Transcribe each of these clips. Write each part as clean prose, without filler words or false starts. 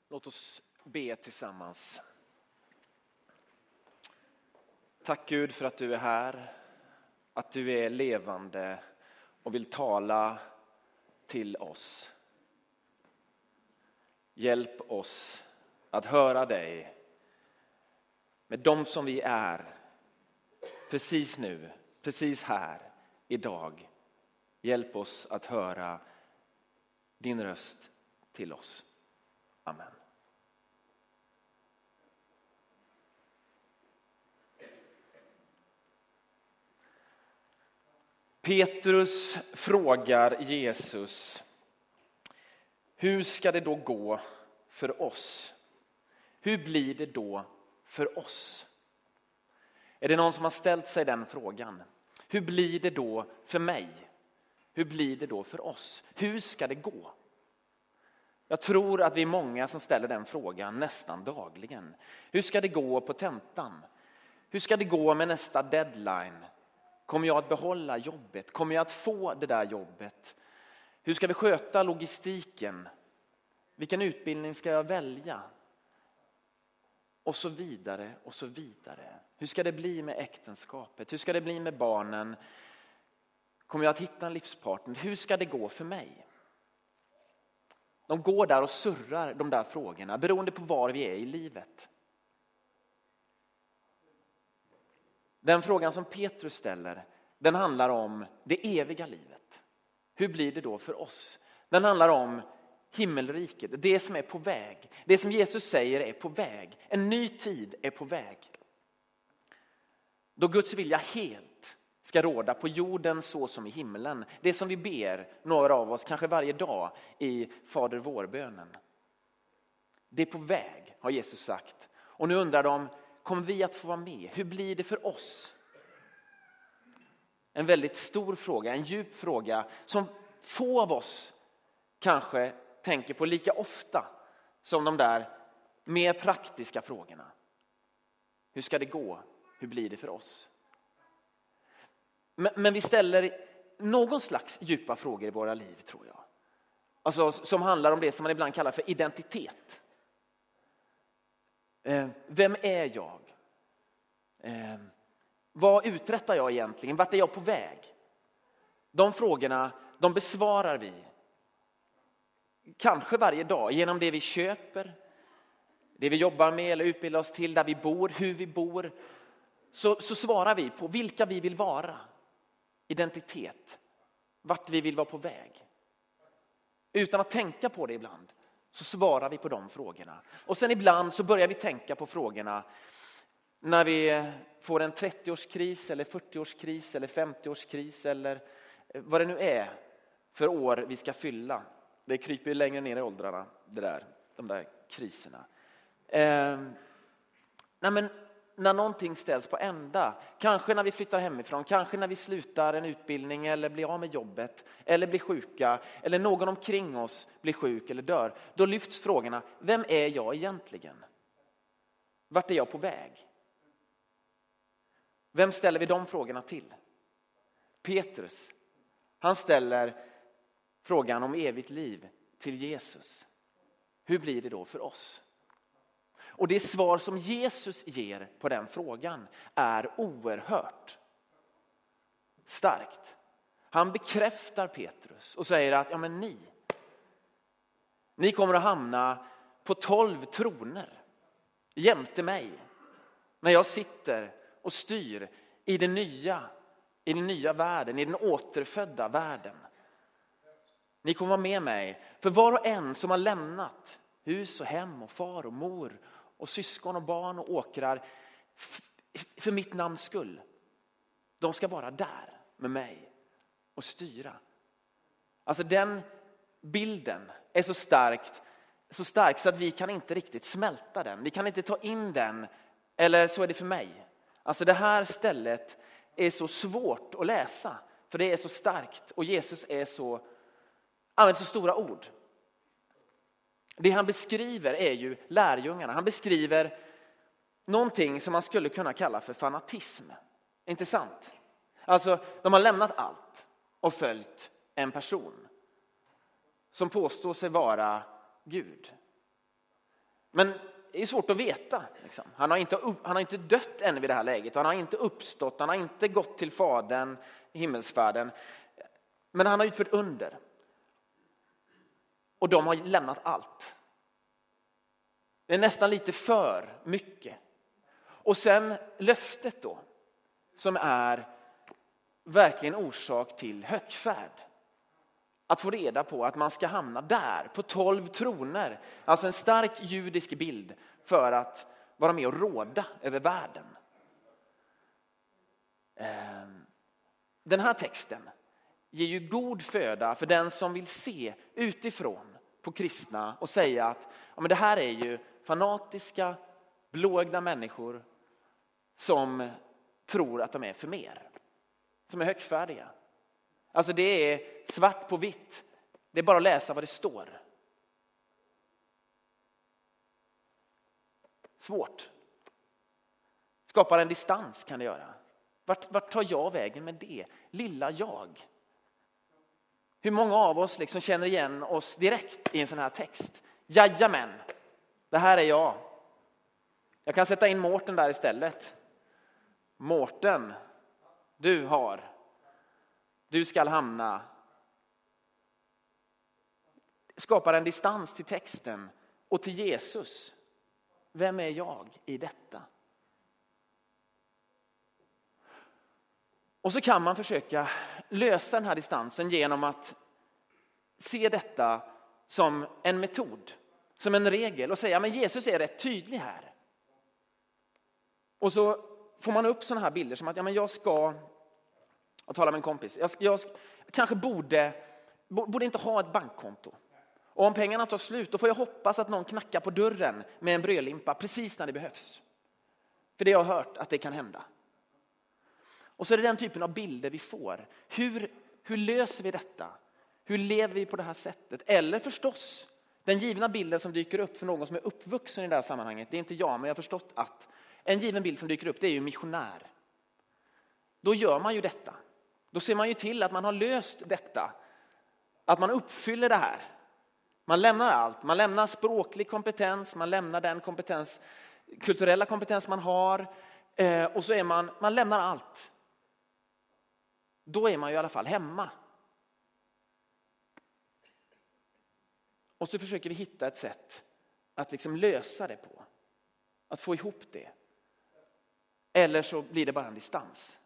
Låt oss be tillsammans. Tack Gud för att du är här, att du är levande och vill tala till oss. Hjälp oss att höra dig med dem som vi är precis nu, precis här, idag. Hjälp oss att höra din röst till oss. Amen. Petrus frågar Jesus: hur ska det då gå för oss? Hur blir det då för oss? Är det någon som har ställt sig den frågan? Hur blir det då för mig? Hur blir det då för oss? Hur ska det gå? Jag tror att vi är många som ställer den frågan nästan dagligen. Hur ska det gå på tentan? Hur ska det gå med nästa deadline? Kommer jag att behålla jobbet? Kommer jag att få det där jobbet? Hur ska vi sköta logistiken? Vilken utbildning ska jag välja? Och så vidare och så vidare. Hur ska det bli med äktenskapet? Hur ska det bli med barnen? Kommer jag att hitta en livspartner? Hur ska det gå för mig? De går där och surrar, de där frågorna, beroende på var vi är i livet. Den frågan som Petrus ställer, den handlar om det eviga livet. Hur blir det då för oss? Den handlar om himmelriket, det som är på väg. Det som Jesus säger är på väg. En ny tid är på väg. Då Guds vilja helt ska råda på jorden så som i himlen. Det som vi ber, några av oss, kanske varje dag i Fader vår-bönen. Det är på väg, har Jesus sagt. Och nu undrar de, kommer vi att få vara med? Hur blir det för oss? En väldigt stor fråga, en djup fråga som få av oss kanske tänker på lika ofta som de där mer praktiska frågorna. Hur ska det gå? Hur blir det för oss? Men vi ställer någon slags djupa frågor i våra liv, tror jag. Alltså, som handlar om det som man ibland kallar för identitet. Vem är jag? Vad uträttar jag egentligen? Vart är jag på väg? De frågorna, de besvarar vi kanske varje dag genom det vi köper, det vi jobbar med eller utbildar oss till, där vi bor, hur vi bor. Så svarar vi på vilka vi vill vara. Identitet. Vart vi vill vara på väg. Utan att tänka på det ibland så svarar vi på de frågorna. Och sen ibland så börjar vi tänka på frågorna när vi får en 30-årskris eller 40-årskris eller 50-årskris eller vad det nu är för år vi ska fylla. Det kryper ju längre ner i åldrarna, de där kriserna. När någonting ställs på ända, kanske när vi flyttar hemifrån, kanske när vi slutar en utbildning eller blir av med jobbet eller blir sjuka eller någon omkring oss blir sjuk eller dör, då lyfts frågorna: vem är jag egentligen? Vart är jag på väg? Vem ställer vi de frågorna till? Petrus, han ställer frågan om evigt liv till Jesus. Hur blir det då för oss? Och det svar som Jesus ger på den frågan är oerhört starkt. Han bekräftar Petrus och säger att ni kommer att hamna på 12 troner jämte mig när jag sitter och styr i den nya världen, i den återfödda världen. Ni kommer vara med mig, för var och en som har lämnat hus och hem och far och mor och syskon och barn och åkrar för mitt namns skull. De ska vara där med mig och styra. Alltså den bilden är så stark så att vi kan inte riktigt smälta den. Vi kan inte ta in den, eller så är det för mig. Alltså det här stället är så svårt att läsa, för det är så starkt och Jesus använder så stora ord. Det han beskriver är ju lärjungarna. Han beskriver någonting som man skulle kunna kalla för fanatism. Inte sant? Alltså, de har lämnat allt och följt en person som påstår sig vara Gud. Men det är svårt att veta. Liksom. Han har inte dött ännu vid det här läget. Han har inte uppstått. Han har inte gått till Fadern i himmelsfärden. Men han har utfört under. Och de har lämnat allt. Det är nästan lite för mycket. Och sen löftet då. Som är verkligen orsak till högfärd. Att få reda på att man ska hamna där på 12 troner. Alltså en stark judisk bild för att vara med och råda över världen. Den här texten ger ju god föda för den som vill se utifrån på kristna och säga att ja, men det här är ju fanatiska, blåögda människor som tror att de är för mer. Som är högfärdiga. Alltså det är svart på vitt. Det är bara att läsa vad det står. Svårt. Skapar en distans kan det göra. Vart tar jag vägen med det? Lilla jag. Hur många av oss liksom känner igen oss direkt i en sån här text? Jajamän, det här är jag. Jag kan sätta in Mårten där istället. Mårten, du ska hamna. Skapar en distans till texten och till Jesus. Vem är jag i detta? Och så kan man försöka lösa den här distansen genom att se detta som en metod, som en regel och säga men Jesus är rätt tydlig här. Och så får man upp sådana här bilder som att ja, men jag talar med en kompis. Jag kanske borde inte ha ett bankkonto. Och om pengarna tar slut då får jag hoppas att någon knackar på dörren med en brödlimpa precis när det behövs. För det jag har hört att det kan hända. Och så är det den typen av bilder vi får. Hur löser vi detta? Hur lever vi på det här sättet? Eller förstås, den givna bilden som dyker upp för någon som är uppvuxen i det här sammanhanget. Det är inte jag, men jag har förstått att en given bild som dyker upp det är ju missionär. Då gör man ju detta. Då ser man ju till att man har löst detta. Att man uppfyller det här. Man lämnar allt. Man lämnar språklig kompetens. Man lämnar den kulturella kompetens man har. Och så är man lämnar allt. Då är man ju i alla fall hemma. Och så försöker vi hitta ett sätt att liksom lösa det på. Att få ihop det. Eller så blir det bara en distans.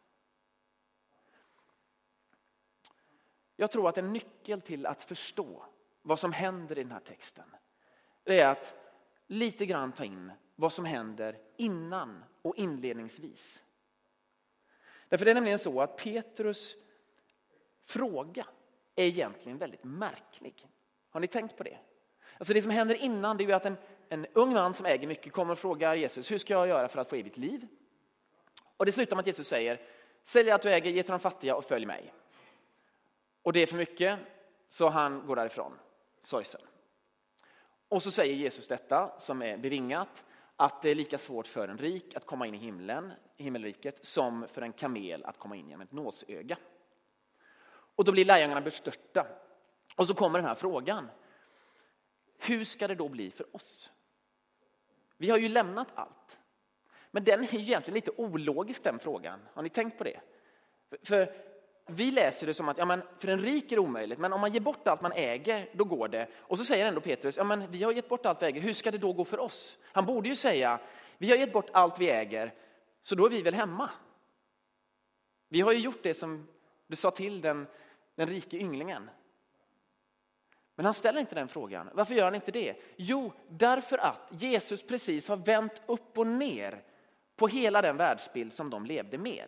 Jag tror att en nyckel till att förstå vad som händer i den här texten. Det är att lite grann ta in vad som händer innan och inledningsvis. Därför det är nämligen så att Petrus fråga är egentligen väldigt märklig. Har ni tänkt på det? Alltså det som händer innan det är ju att en ung man som äger mycket kommer och frågar Jesus, hur ska jag göra för att få evigt liv? Och det slutar med att Jesus säger, sälj allt du äger, ge till de fattiga och följ mig. Och det är för mycket så han går därifrån, sorgsen. Och så säger Jesus detta som är bevingat, att det är lika svårt för en rik att komma in i himmelriket som för en kamel att komma in genom ett nålsöga. Och då blir lärjungarna bestörta. Och så kommer den här frågan. Hur ska det då bli för oss? Vi har ju lämnat allt. Men den är ju egentligen lite ologisk den frågan. Har ni tänkt på det? För vi läser det som att ja, men för en rik är det omöjligt. Men om man ger bort allt man äger, då går det. Och så säger ändå Petrus, ja men vi har gett bort allt vi äger. Hur ska det då gå för oss? Han borde ju säga, vi har gett bort allt vi äger. Så då är vi väl hemma. Vi har ju gjort det som du sa till den rike ynglingen. Men han ställer inte den frågan. Varför gör han inte det? Jo, därför att Jesus precis har vänt upp och ner på hela den världsbild som de levde med.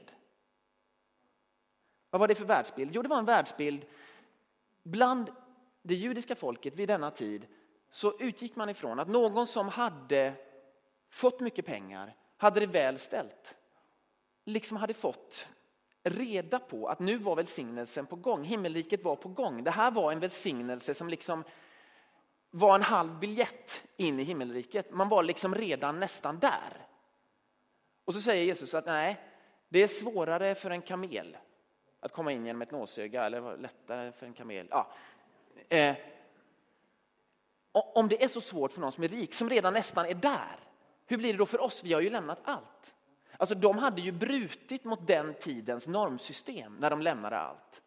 Vad var det för världsbild? Jo, det var en världsbild bland det judiska folket vid denna tid. Så utgick man ifrån att någon som hade fått mycket pengar, hade det väl ställt, liksom hade fått reda på att nu var välsignelsen på gång. Himmelriket var på gång. Det här var en välsignelse som liksom var en halv biljett in i himmelriket. Man var liksom redan nästan där. Och så säger Jesus att nej, det är svårare för en kamel att komma in genom ett nålsöga, eller lättare för en kamel. Ja. Om det är så svårt för någon som är rik, som redan nästan är där, hur blir det då för oss? Vi har ju lämnat allt. Alltså de hade ju brutit mot den tidens normsystem när de lämnade allt.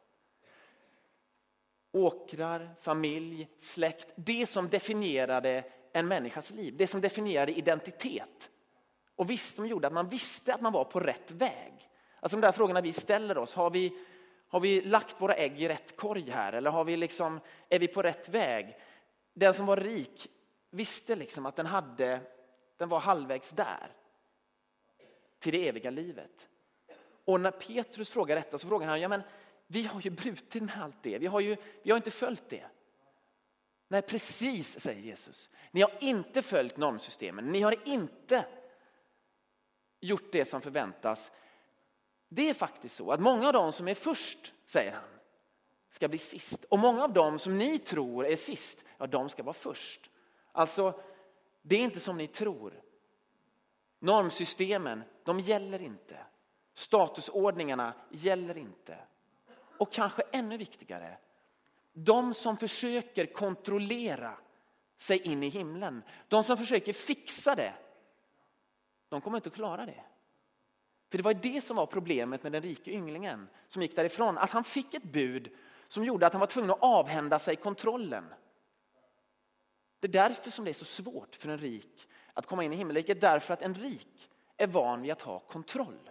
Åkrar, familj, släkt, det som definierade en människas liv, det som definierade identitet. Och visst, de gjorde att man visste att man var på rätt väg. Alltså de där frågorna vi ställer oss, har vi lagt våra ägg i rätt korg här? Eller är vi på rätt väg? Den som var rik visste liksom att den var halvvägs där. Till det eviga livet. Och när Petrus frågar detta så frågar han, men vi har ju brutit med allt det. Vi har inte följt det. Nej, precis, säger Jesus. Ni har inte följt normsystemen. Ni har inte gjort det som förväntas. Det är faktiskt så att många av dem som är först, säger han, ska bli sist. Och många av dem som ni tror är sist, ja, de ska vara först. Alltså, det är inte som ni tror. Normsystemen, de gäller inte. Statusordningarna gäller inte. Och kanske ännu viktigare, de som försöker kontrollera sig in i himlen, de som försöker fixa det, de kommer inte att klara det. För det var det som var problemet med den rike ynglingen som gick därifrån. Att han fick ett bud som gjorde att han var tvungen att avhända sig kontrollen. Det är därför som det är så svårt för en rik att komma in i himmelriket. Därför att en rik är van vid att ha kontroll.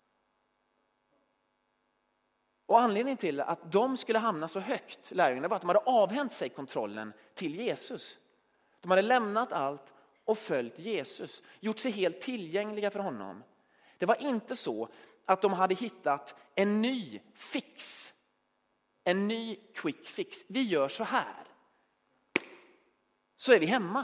Och anledningen till att de skulle hamna så högt, lärjungarna, var att de hade avhänt sig kontrollen till Jesus. De hade lämnat allt och följt Jesus. Gjort sig helt tillgängliga för honom. Det var inte så att de hade hittat en ny fix. En ny quick fix. Vi gör så här. Så är vi hemma.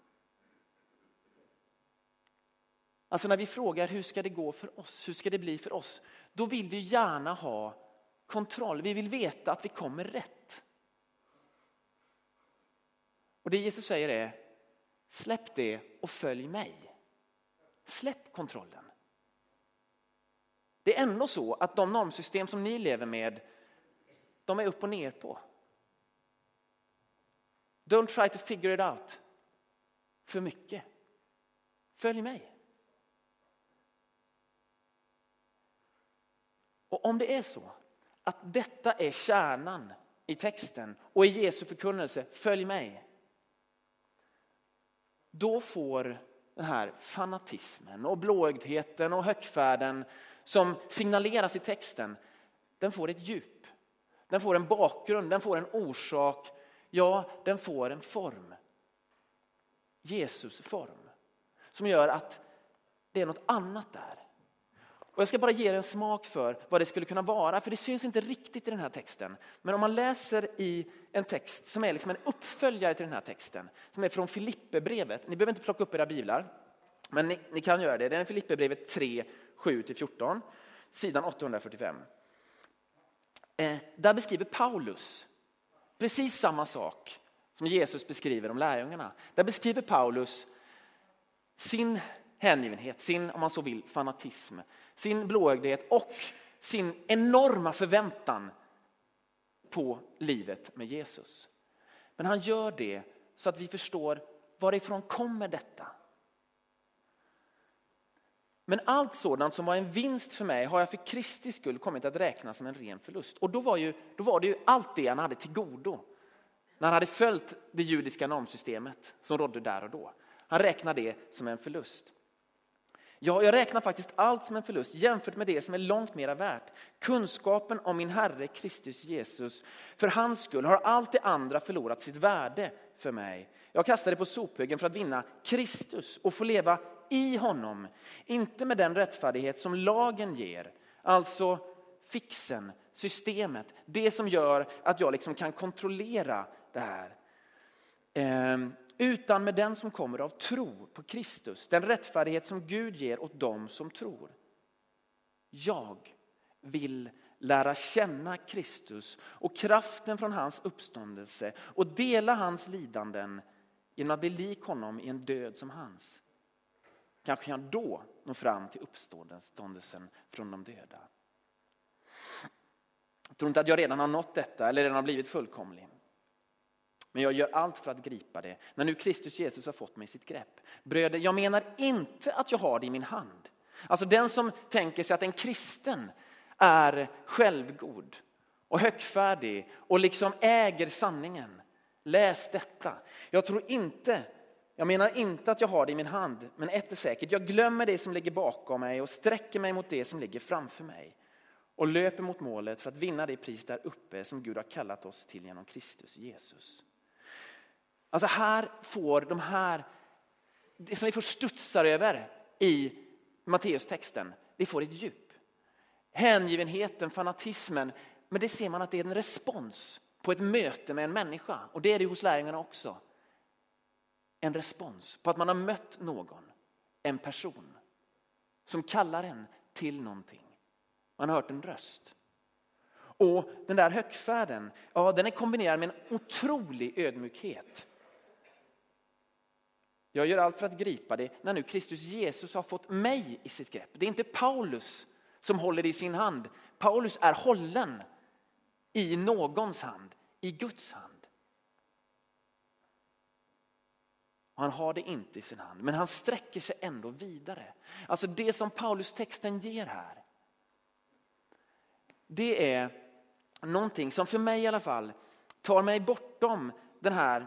Alltså när vi frågar hur ska det gå för oss? Hur ska det bli för oss? Då vill vi gärna ha kontroll. Vi vill veta att vi kommer rätt. Och det Jesus säger är, släpp det och följ mig. Släpp kontrollen. Det är ändå så att de normsystem som ni lever med, de är upp och ner på. Don't try to figure it out för mycket. Följ mig. Och om det är så att detta är kärnan i texten och i Jesu förkunnelse, följ mig. Då får den här fanatismen och blåögdheten och högfärden som signaleras i texten, den får ett djup. Den får en bakgrund, den får en orsak. Ja, den får en form. Jesus form. Som gör att det är något annat där. Och jag ska bara ge er en smak för vad det skulle kunna vara. För det syns inte riktigt i den här texten. Men om man läser i en text som är liksom en uppföljare till den här texten. Som är från Filipperbrevet. Ni behöver inte plocka upp era biblar. Men ni kan göra det. Det är Filipperbrevet 3, 7-14. Sidan 845. Där beskriver Paulus precis samma sak som Jesus beskriver om lärjungarna. Där beskriver Paulus sin hängivenhet, sin, om man så vill, fanatism, sin blåögdhet och sin enorma förväntan på livet med Jesus. Men han gör det så att vi förstår varifrån kommer detta. Men allt sådant som var en vinst för mig har jag för Kristi skull kommit att räkna som en ren förlust. Och då var det ju allt det han hade till godo. När han hade följt det judiska normsystemet som rådde där och då. Han räknar det som en förlust. Ja, jag räknar faktiskt allt som en förlust jämfört med det som är långt mera värt. Kunskapen om min Herre Kristus Jesus. För hans skull har allt det andra förlorat sitt värde för mig. Jag kastade på sophögen för att vinna Kristus och få leva i honom. Inte med den rättfärdighet som lagen ger. Alltså fixen, systemet. Det som gör att jag liksom kan kontrollera det här. Utan med den som kommer av tro på Kristus. Den rättfärdighet som Gud ger åt dem som tror. Jag vill lära känna Kristus och kraften från hans uppståndelse och dela hans lidanden genom att bli lik honom i en död som hans. Kanske kan då nå fram till uppståndelsen från de döda. Jag tror inte att jag redan har nått detta eller redan har blivit fullkomlig. Men jag gör allt för att gripa det när nu Kristus Jesus har fått mig i sitt grepp. Bröder, jag menar inte att jag har det i min hand. Alltså den som tänker sig att en kristen är självgod och högfärdig och liksom äger sanningen. Läs detta. Jag menar inte att jag har det i min hand, men ett är säkert. Jag glömmer det som ligger bakom mig och sträcker mig mot det som ligger framför mig. Och löper mot målet för att vinna det pris där uppe som Gud har kallat oss till genom Kristus Jesus. Alltså här får det som vi får studsar över i Matteus-texten, det får ett djup. Hängivenheten, fanatismen, men det ser man att det är en respons på ett möte med en människa. Och det är det hos lärjungarna också. En respons på att man har mött någon, en person, som kallar en till någonting. Man har hört en röst. Och den där högfärden, ja, den är kombinerad med en otrolig ödmjukhet. Jag gör allt för att gripa det när nu Kristus Jesus har fått mig i sitt grepp. Det är inte Paulus som håller det i sin hand. Paulus är hållen i någons hand, i Guds hand. Han har det inte i sin hand, men han sträcker sig ändå vidare. Alltså det som Paulus-texten ger här, det är någonting som för mig i alla fall tar mig bortom den här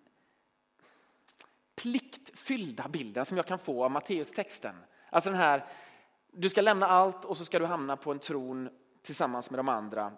pliktfyllda bilden som jag kan få av Matteus-texten. Alltså den här, du ska lämna allt och så ska du hamna på en tron tillsammans med de andra.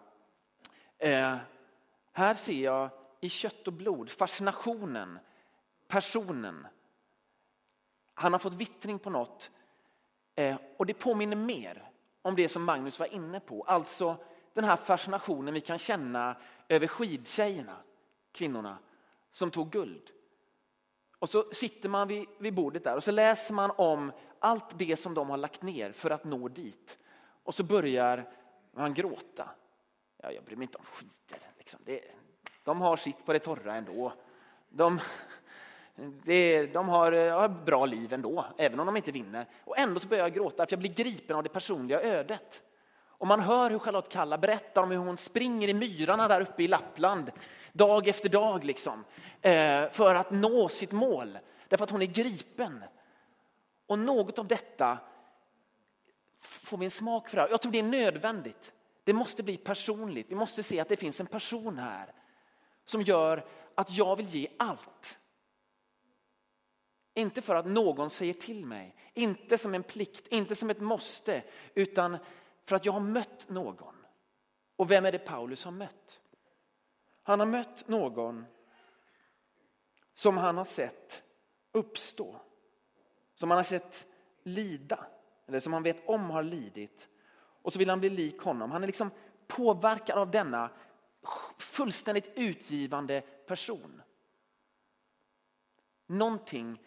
Här ser jag i kött och blod fascinationen, personen. Han har fått vittring på något och det påminner mer om det som Magnus var inne på. Alltså den här fascinationen vi kan känna över skidtjejerna, kvinnorna som tog guld. Och så sitter man vid bordet där och så läser man om allt det som de har lagt ner för att nå dit. Och så börjar man gråta. Ja, jag bryr mig inte om skiter. Liksom. De har sitt på det torra ändå. De har bra liv ändå, även om de inte vinner. Och ändå så börjar jag gråta för jag blir gripen av det personliga ödet. Och man hör hur Charlotte Kalla berättar om hur hon springer i myrarna där uppe i Lappland. Dag efter dag liksom. För att nå sitt mål. Därför att hon är gripen. Och något av detta får vi en smak för. Jag tror det är nödvändigt. Det måste bli personligt. Vi måste se att det finns en person här. Som gör att jag vill ge allt. Inte för att någon säger till mig. Inte som en plikt. Inte som ett måste. Utan för att jag har mött någon. Och vem är det Paulus har mött? Han har mött någon som han har sett uppstå. Som han har sett lida. Eller som han vet om har lidit. Och så vill han bli lik honom. Han är liksom påverkad av denna fullständigt utgivande person. Någonting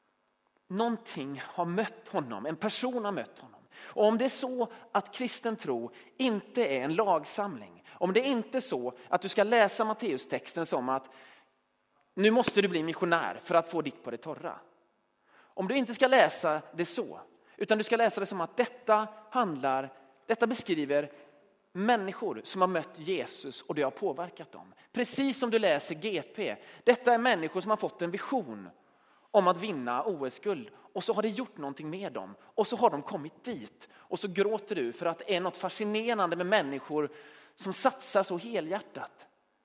har mött honom. En person har mött honom. Och om det är så att kristen tro inte är en lagsamling. Om det inte är så att du ska läsa Matteus-texten som att nu måste du bli missionär för att få ditt på det torra. Om du inte ska läsa det så. Utan du ska läsa det som att detta beskriver människor som har mött Jesus och det har påverkat dem. Precis som du läser GP. Detta är människor som har fått en vision om att vinna OS-guld. Och så har det gjort någonting med dem. Och så har de kommit dit. Och så gråter du för att det är något fascinerande med människor som satsar så helhjärtat.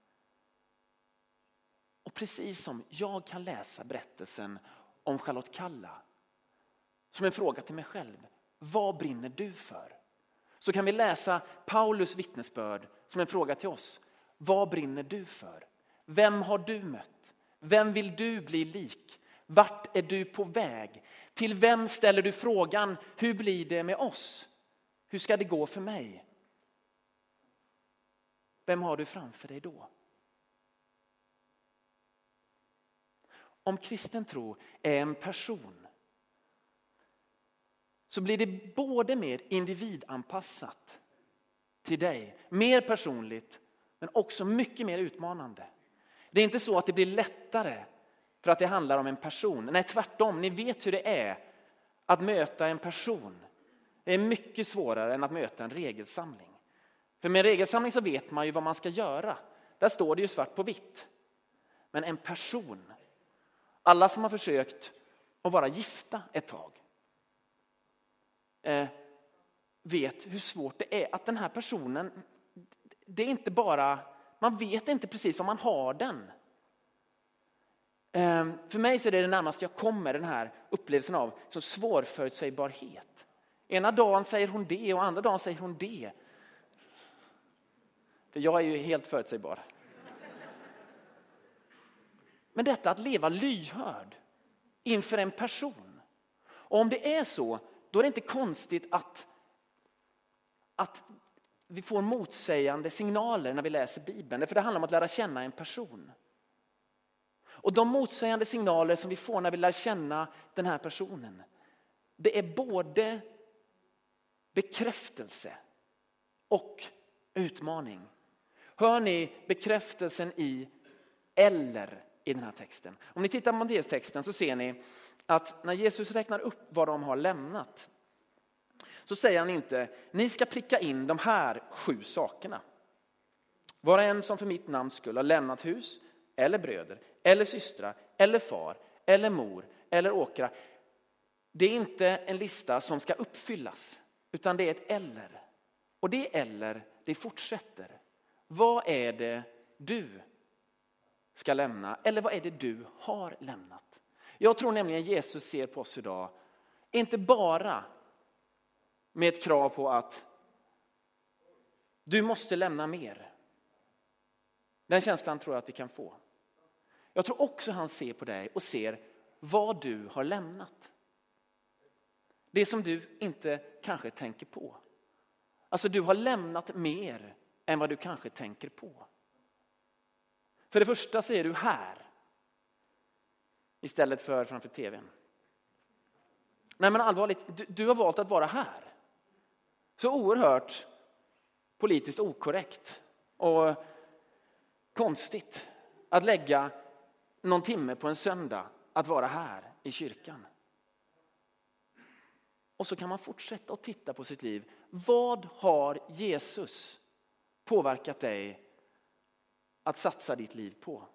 Och precis som jag kan läsa berättelsen om Charlotte Kalla. Som en fråga till mig själv. Vad brinner du för? Så kan vi läsa Paulus vittnesbörd som en fråga till oss. Vad brinner du för? Vem har du mött? Vem vill du bli lik? Vart är du på väg? Till vem ställer du frågan? Hur blir det med oss? Hur ska det gå för mig? Vem har du framför dig då? Om kristen tro är en person så blir det både mer individanpassat till dig, mer personligt, men också mycket mer utmanande. Det är inte så att det blir lättare för att det handlar om en person. Nej, tvärtom, ni vet hur det är att möta en person. Det är mycket svårare än att möta en regelsamling. För med en regelsamling så vet man ju vad man ska göra. Där står det ju svart på vitt. men en person. Alla som har försökt att vara gifta ett tag vet hur svårt det är att den här personen, det är inte bara, man vet inte precis vad man har den. För mig så är det närmast jag kommer den här upplevelsen av så svårförutsägbarhet. Ena dagen säger hon det och andra dagen säger hon det. För jag är ju helt förutsägbar. Men detta att leva lyhörd inför en person. Och om det är så, då är det inte konstigt att vi får motsägande signaler när vi läser Bibeln. För det handlar om att lära känna en person. Och de motsägande signaler som vi får när vi lär känna den här personen, det är både bekräftelse och utmaning. Hör ni bekräftelsen i eller i den här texten? Om ni tittar på Matteus-texten så ser ni att när Jesus räknar upp vad de har lämnat, så säger han inte, ni ska pricka in de här 7 sakerna. Var en som för mitt namn skulle ha lämnat hus, eller bröder, eller systrar, eller far, eller mor, eller åkra. Det är inte en lista som ska uppfyllas, utan det är ett eller. Och det eller, det fortsätter. Vad är det du ska lämna, eller vad är det du har lämnat? Jag tror nämligen Jesus ser på oss idag, inte bara med ett krav på att du måste lämna mer. Den känslan tror jag att vi kan få. Jag tror också han ser på dig och ser vad du har lämnat. Det som du inte kanske tänker på. Alltså du har lämnat mer än vad du kanske tänker på. För det första så är du här istället för framför tvn. Nej men allvarligt, du har valt att vara här. Så oerhört politiskt okorrekt och konstigt att lägga någon timme på en söndag att vara här i kyrkan. Och så kan man fortsätta att titta på sitt liv. Vad har Jesus påverkat dig att satsa ditt liv på?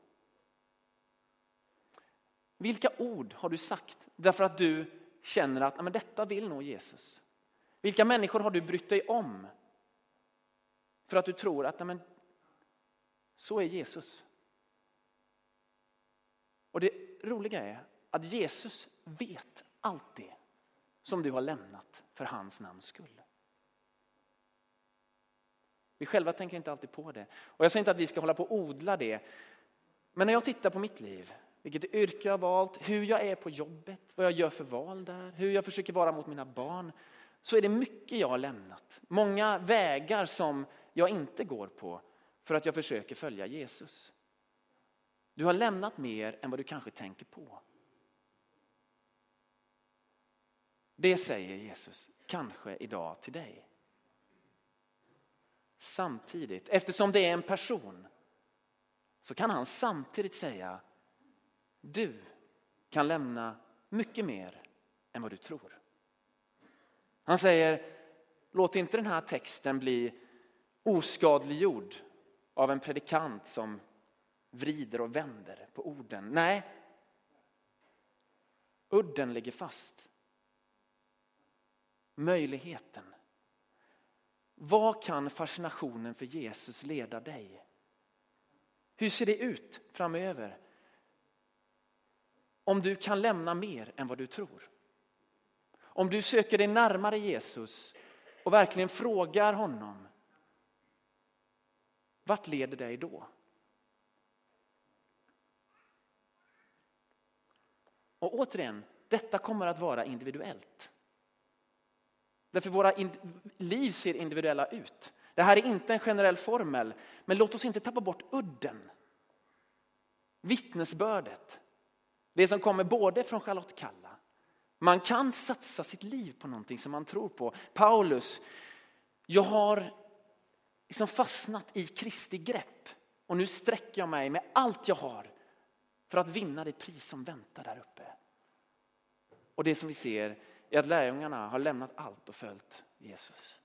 Vilka ord har du sagt därför att du känner att men detta vill nog Jesus? Vilka människor har du brytt dig om för att du tror att men, så är Jesus? Och det roliga är att Jesus vet allt det som du har lämnat för hans namns skull. Vi själva tänker inte alltid på det. Och jag säger inte att vi ska hålla på och odla det. Men när jag tittar på mitt liv, vilket yrke jag har valt, hur jag är på jobbet, vad jag gör för val där, hur jag försöker vara mot mina barn, så är det mycket jag har lämnat. Många vägar som jag inte går på för att jag försöker följa Jesus. Du har lämnat mer än vad du kanske tänker på. Det säger Jesus kanske idag till dig. Samtidigt, eftersom det är en person, så kan han samtidigt säga, du kan lämna mycket mer än vad du tror. Han säger, låt inte den här texten bli oskadliggjord av en predikant som vrider och vänder på orden. Nej, udden ligger fast. Möjligheten. Vad kan fascinationen för Jesus leda dig? Hur ser det ut framöver? Om du kan lämna mer än vad du tror. Om du söker dig närmare Jesus och verkligen frågar honom, vart leder dig då? Och återigen, detta kommer att vara individuellt. Därför våra liv ser individuella ut. Det här är inte en generell formel, men låt oss inte tappa bort udden. Vittnesbördet. Det som kommer både från Charlotte Kalla. Man kan satsa sitt liv på någonting som man tror på. Paulus, jag har liksom fastnat i Kristi grepp. Och nu sträcker jag mig med allt jag har för att vinna det pris som väntar där uppe. Och det som vi ser är att lärjungarna har lämnat allt och följt Jesus.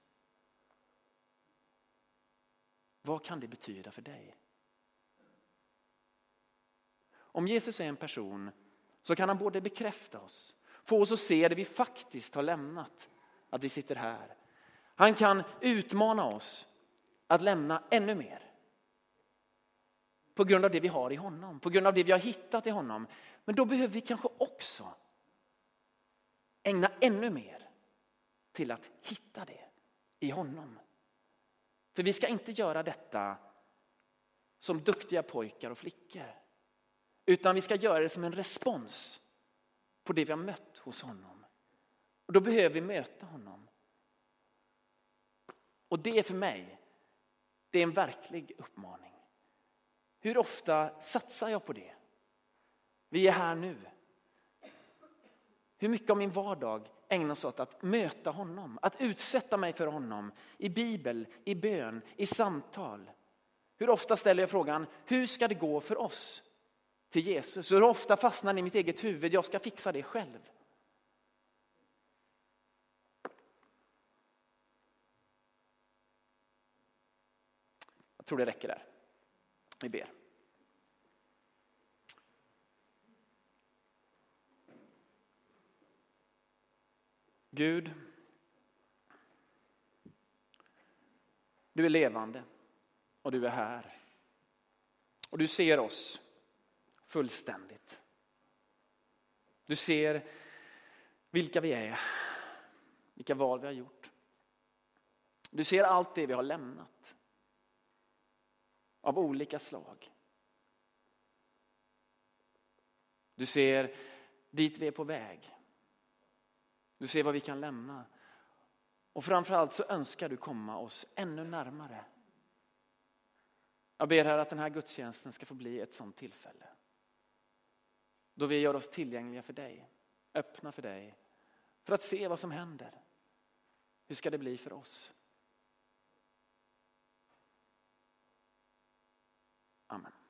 Vad kan det betyda för dig? om Jesus är en person så kan han både bekräfta oss, få oss att se det vi faktiskt har lämnat, att vi sitter här. Han kan utmana oss att lämna ännu mer. På grund av det vi har i honom, på grund av det vi har hittat i honom. Men då behöver vi kanske också ägna ännu mer till att hitta det i honom. För vi ska inte göra detta som duktiga pojkar och flickor. Utan vi ska göra det som en respons på det vi har mött hos honom. Och då behöver vi möta honom. Och det är för mig, det är en verklig uppmaning. Hur ofta satsar jag på det? Vi är här nu. Hur mycket av min vardag ägnas åt att möta honom, att utsätta mig för honom i bibel, i bön, i samtal. Hur ofta ställer jag frågan, hur ska det gå för oss till Jesus? Hur ofta fastnar det i mitt eget huvud, jag ska fixa det själv. Jag tror det räcker där. Vi ber. Gud, du är levande och du är här. Och du ser oss fullständigt. Du ser vilka vi är, vilka val vi har gjort. Du ser allt det vi har lämnat av olika slag. Du ser dit vi är på väg. Du ser vad vi kan lämna. Och framförallt så önskar du komma oss ännu närmare. Jag ber här att den här gudstjänsten ska få bli ett sådant tillfälle. Då vi gör oss tillgängliga för dig. Öppna för dig. För att se vad som händer. Hur ska det bli för oss? Amen.